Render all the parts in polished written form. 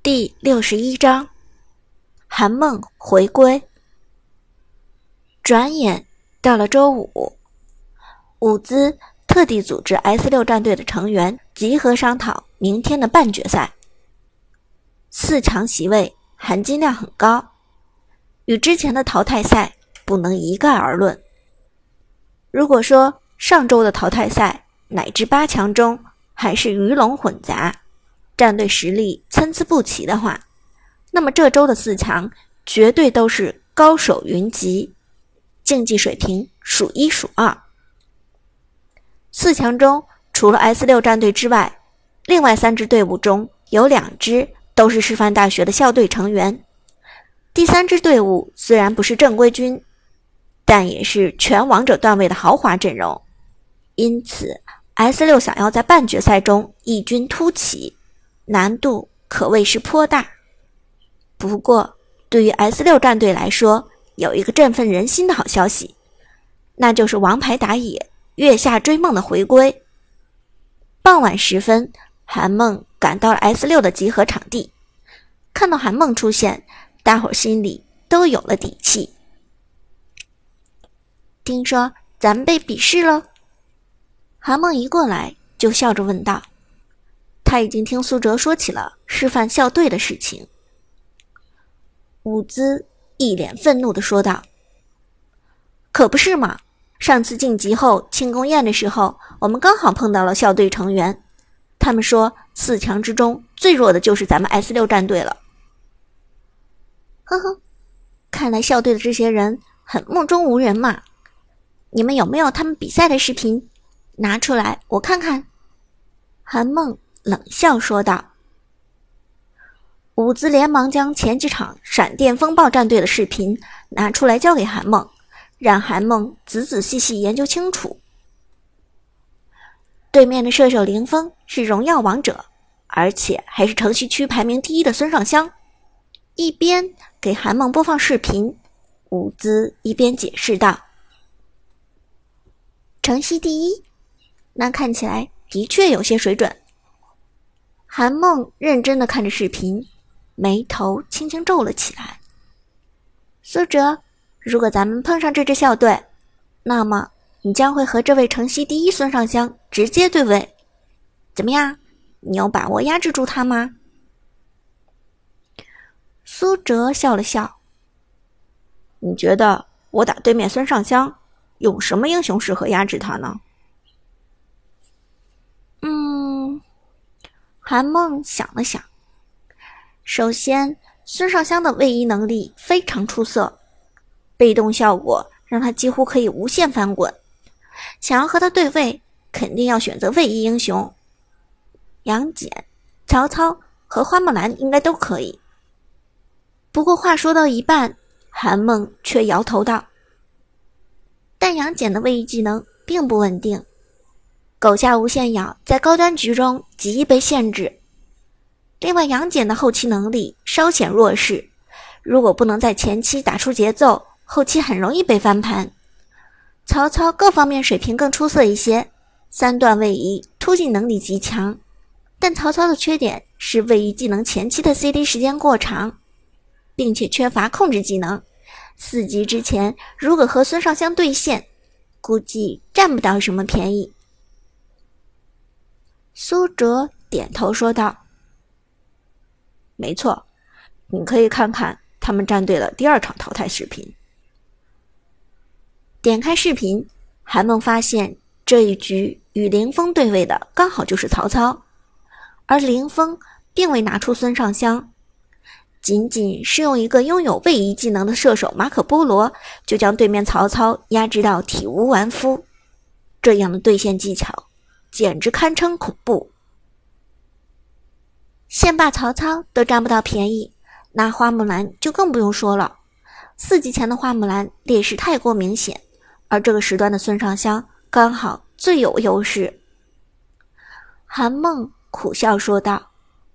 第61章，韩梦回归。转眼到了周五，伍兹特地组织 S6 战队的成员集合商讨明天的半决赛。4强席位含金量很高，与之前的淘汰赛不能一概而论。如果说上周的淘汰赛乃至8强中还是鱼龙混杂，战队实力参差不齐的话，那么这周的4强绝对都是高手云集，竞技水平数一数二。4强中除了 S6 战队之外，另外3支队伍中有2支都是师范大学的校队成员。第3支队伍虽然不是正规军，但也是全王者段位的豪华阵容，因此 S6 想要在半决赛中异军突起，难度可谓是颇大。不过对于 S6 战队来说，有一个振奋人心的好消息，那就是王牌打野月下追梦的回归。傍晚时分，韩梦赶到了 S6 的集合场地，看到韩梦出现，大伙心里都有了底气。听说咱们被鄙视了？韩梦一过来就笑着问道。他已经听苏哲说起了师范校队的事情。伍兹一脸愤怒地说道：可不是嘛，上次晋级后庆功宴的时候，我们刚好碰到了校队成员，他们说4强之中最弱的就是咱们 S6 战队了。呵呵，看来校队的这些人很目中无人嘛。你们有没有他们比赛的视频？拿出来我看看。韩梦冷笑说道。伍兹连忙将前几场闪电风暴战队的视频拿出来交给韩梦，让韩梦仔仔细细研究清楚。对面的射手凌风是荣耀王者，而且还是城西区排名第1的孙尚香。一边给韩梦播放视频，伍兹一边解释道：城西第1，那看起来的确有些水准。韩梦认真地看着视频，眉头轻轻皱了起来。苏哲，如果咱们碰上这支校队，那么你将会和这位城西第1孙尚香直接对位。怎么样，你有把握压制住他吗？苏哲笑了笑。你觉得我打对面孙尚香，用什么英雄适合压制他呢？韩梦想了想。首先，孙尚香的位移能力非常出色，被动效果让他几乎可以无限翻滚。想要和他对位，肯定要选择位移英雄。杨戬、曹操和花木兰应该都可以。不过话说到一半，韩梦却摇头道：但杨戬的位移技能并不稳定，狗下无限咬在高端局中极易被限制。另外，杨戬的后期能力稍显弱势，如果不能在前期打出节奏，后期很容易被翻盘。曹操各方面水平更出色一些，3段位移，突进能力极强，但曹操的缺点是位移技能前期的 CD 时间过长，并且缺乏控制技能。4级之前如果和孙尚香对线，估计占不到什么便宜。苏哲点头说道：没错，你可以看看他们战队的第2场淘汰视频。点开视频，韩梦发现这一局与凌风对位的刚好就是曹操，而凌风并未拿出孙尚香，仅仅是用一个拥有位移技能的射手马可波罗，就将对面曹操压制到体无完肤。这样的对线技巧简直堪称恐怖。线霸曹操都占不到便宜，那花木兰就更不用说了。4级前的花木兰劣势太过明显，而这个时段的孙尚香刚好最有优势。韩梦苦笑说道。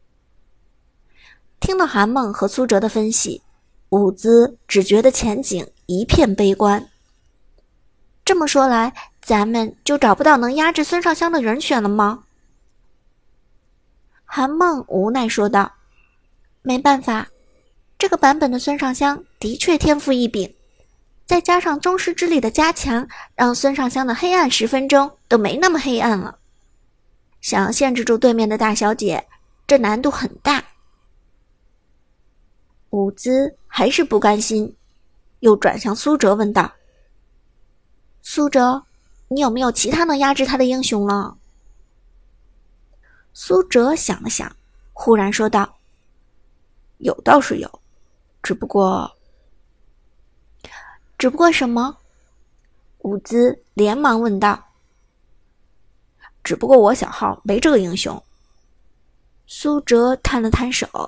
听到韩梦和苏哲的分析，伍兹只觉得前景一片悲观。这么说来，咱们就找不到能压制孙尚香的人选了吗？韩梦无奈说道： 没办法，这个版本的孙尚香的确天赋异禀，再加上宗师之力的加强，让孙尚香的黑暗10分钟都没那么黑暗了。想要限制住对面的大小姐，这难度很大。伍兹还是不甘心，又转向苏哲问道：苏哲，你有没有其他能压制他的英雄了？苏哲想了想，忽然说道：有倒是有，只不过什么？伍兹连忙问道。只不过我小号没这个英雄。苏哲摊了摊手。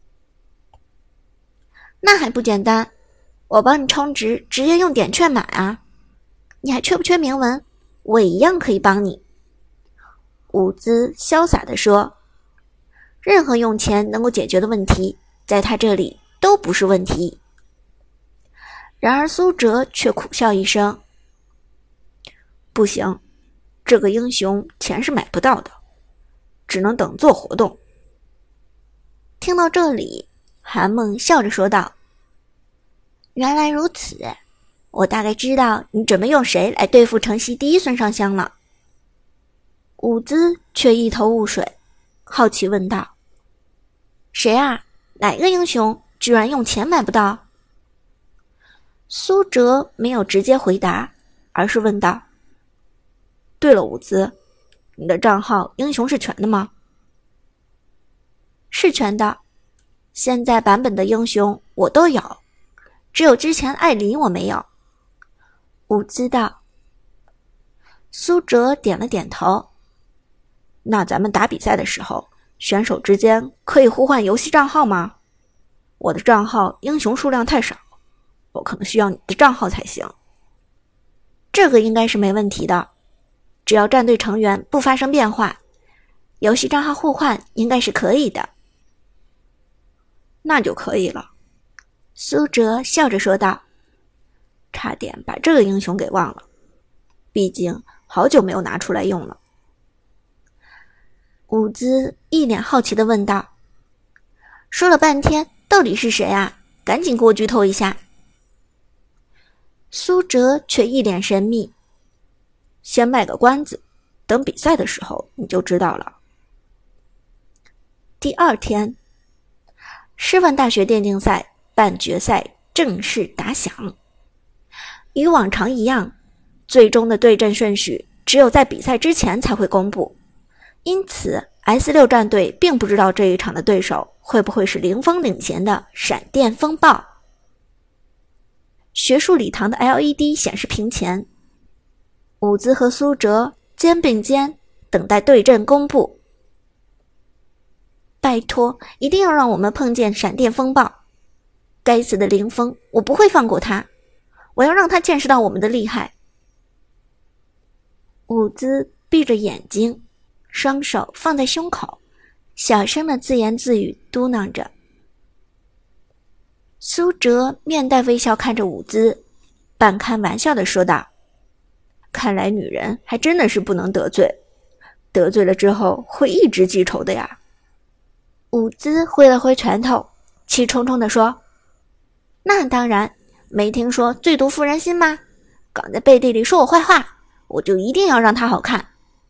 那还不简单，我帮你充值，直接用点券买啊。你还缺不缺铭文？我也一样可以帮你。伍兹潇洒地说，任何用钱能够解决的问题，在他这里都不是问题。然而苏哲却苦笑一声，不行，这个英雄钱是买不到的，只能等做活动。听到这里，韩梦笑着说道，原来如此，我大概知道你准备用谁来对付城西第一孙尚香了。伍兹却一头雾水，好奇问道，谁啊？哪个英雄居然用钱买不到？苏哲没有直接回答，而是问道，对了，伍兹，你的账号英雄是全的吗？是全的，现在版本的英雄我都有，只有之前艾琳我没有。伍兹道。苏哲点了点头。那咱们打比赛的时候，选手之间可以互换游戏账号吗？我的账号英雄数量太少，我可能需要你的账号才行。这个应该是没问题的，只要战队成员不发生变化，游戏账号互换应该是可以的。那就可以了。苏哲笑着说道，差点把这个英雄给忘了，毕竟好久没有拿出来用了。伍兹一脸好奇地问道，说了半天到底是谁啊？赶紧给我剧透一下。苏哲却一脸神秘，先卖个关子，等比赛的时候你就知道了。第二天，师范大学电竞赛半决赛正式打响。与往常一样，最终的对阵顺序只有在比赛之前才会公布，因此 S6 战队并不知道这一场的对手会不会是凌风领衔的闪电风暴。学术礼堂的 LED 显示屏前，伍兹和苏哲肩并肩等待对阵公布。拜托，一定要让我们碰见闪电风暴！该死的凌风，我不会放过他，我要让他见识到我们的厉害。伍兹闭着眼睛，双手放在胸口，小声的自言自语嘟囔着。苏哲面带微笑看着伍兹，半开玩笑的说道，看来女人还真的是不能得罪，得罪了之后会一直记仇的呀。伍兹挥了挥拳头，气冲冲地说，那当然，没听说最毒妇人心吗？敢在背地里说我坏话，我就一定要让他好看。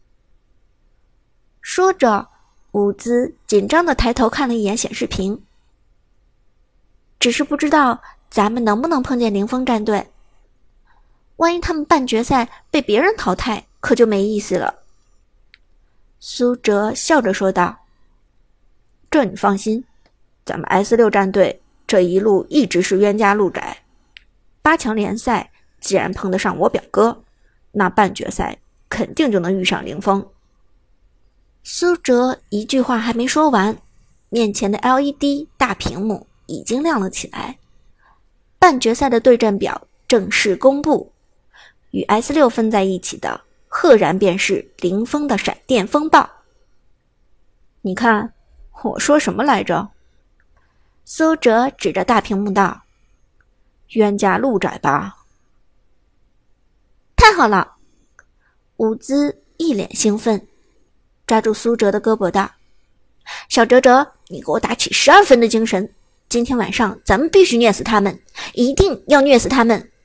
说着，伍兹紧张地抬头看了一眼显示屏，只是不知道咱们能不能碰见凌风战队，万一他们半决赛被别人淘汰，可就没意思了。苏哲笑着说道，这你放心，咱们 S6 战队这一路一直是冤家路窄，8强联赛既然碰得上我表哥，那半决赛肯定就能遇上凌风。苏哲一句话还没说完，面前的 LED 大屏幕已经亮了起来，半决赛的对阵表正式公布，与 S6 分在一起的赫然便是凌风的闪电风暴。你看我说什么来着？苏哲指着大屏幕道，冤家路窄吧。太好了！伍兹一脸兴奋，抓住苏哲的胳膊道，小哲哲， 你给我打起12分的精神，今天晚上咱们必须虐死他们，一定要虐死他们。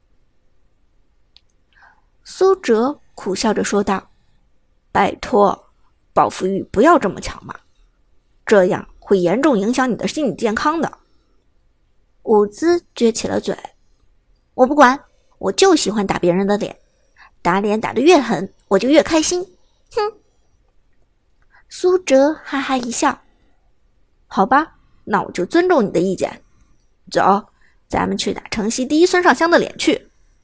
苏哲苦笑着说道，拜托，报复欲不要这么强嘛，这样会严重影响你的心理健康的。伍兹撅起了嘴，我不管，我就喜欢打别人的脸，打脸打得越狠，我就越开心。哼！苏哲哈哈一笑，好吧，那我就尊重你的意见。走，咱们去打城西第一孙尚香的脸去。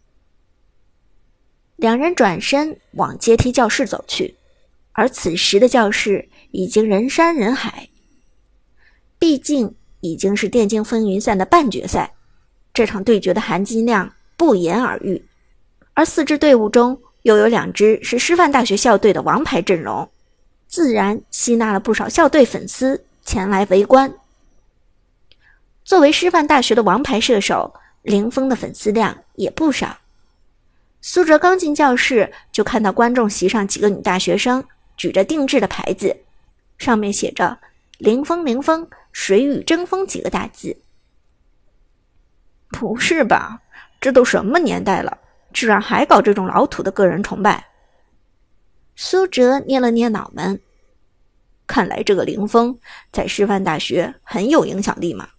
两人转身往阶梯教室走去，而此时的教室已经人山人海。毕竟已经是电竞风云赛的半决赛，这场对决的含金量不言而喻。而4支队伍中又有2支是师范大学校队的王牌阵容，自然吸纳了不少校队粉丝前来围观。作为师范大学的王牌射手，林峰的粉丝量也不少。苏哲刚进教室，就看到观众席上几个女大学生举着定制的牌子，上面写着林峰林峰水雨争锋几个大字。不是吧，这都什么年代了，居然还搞这种老土的个人崇拜。苏哲捏了捏脑门，看来这个林峰在师范大学很有影响力嘛。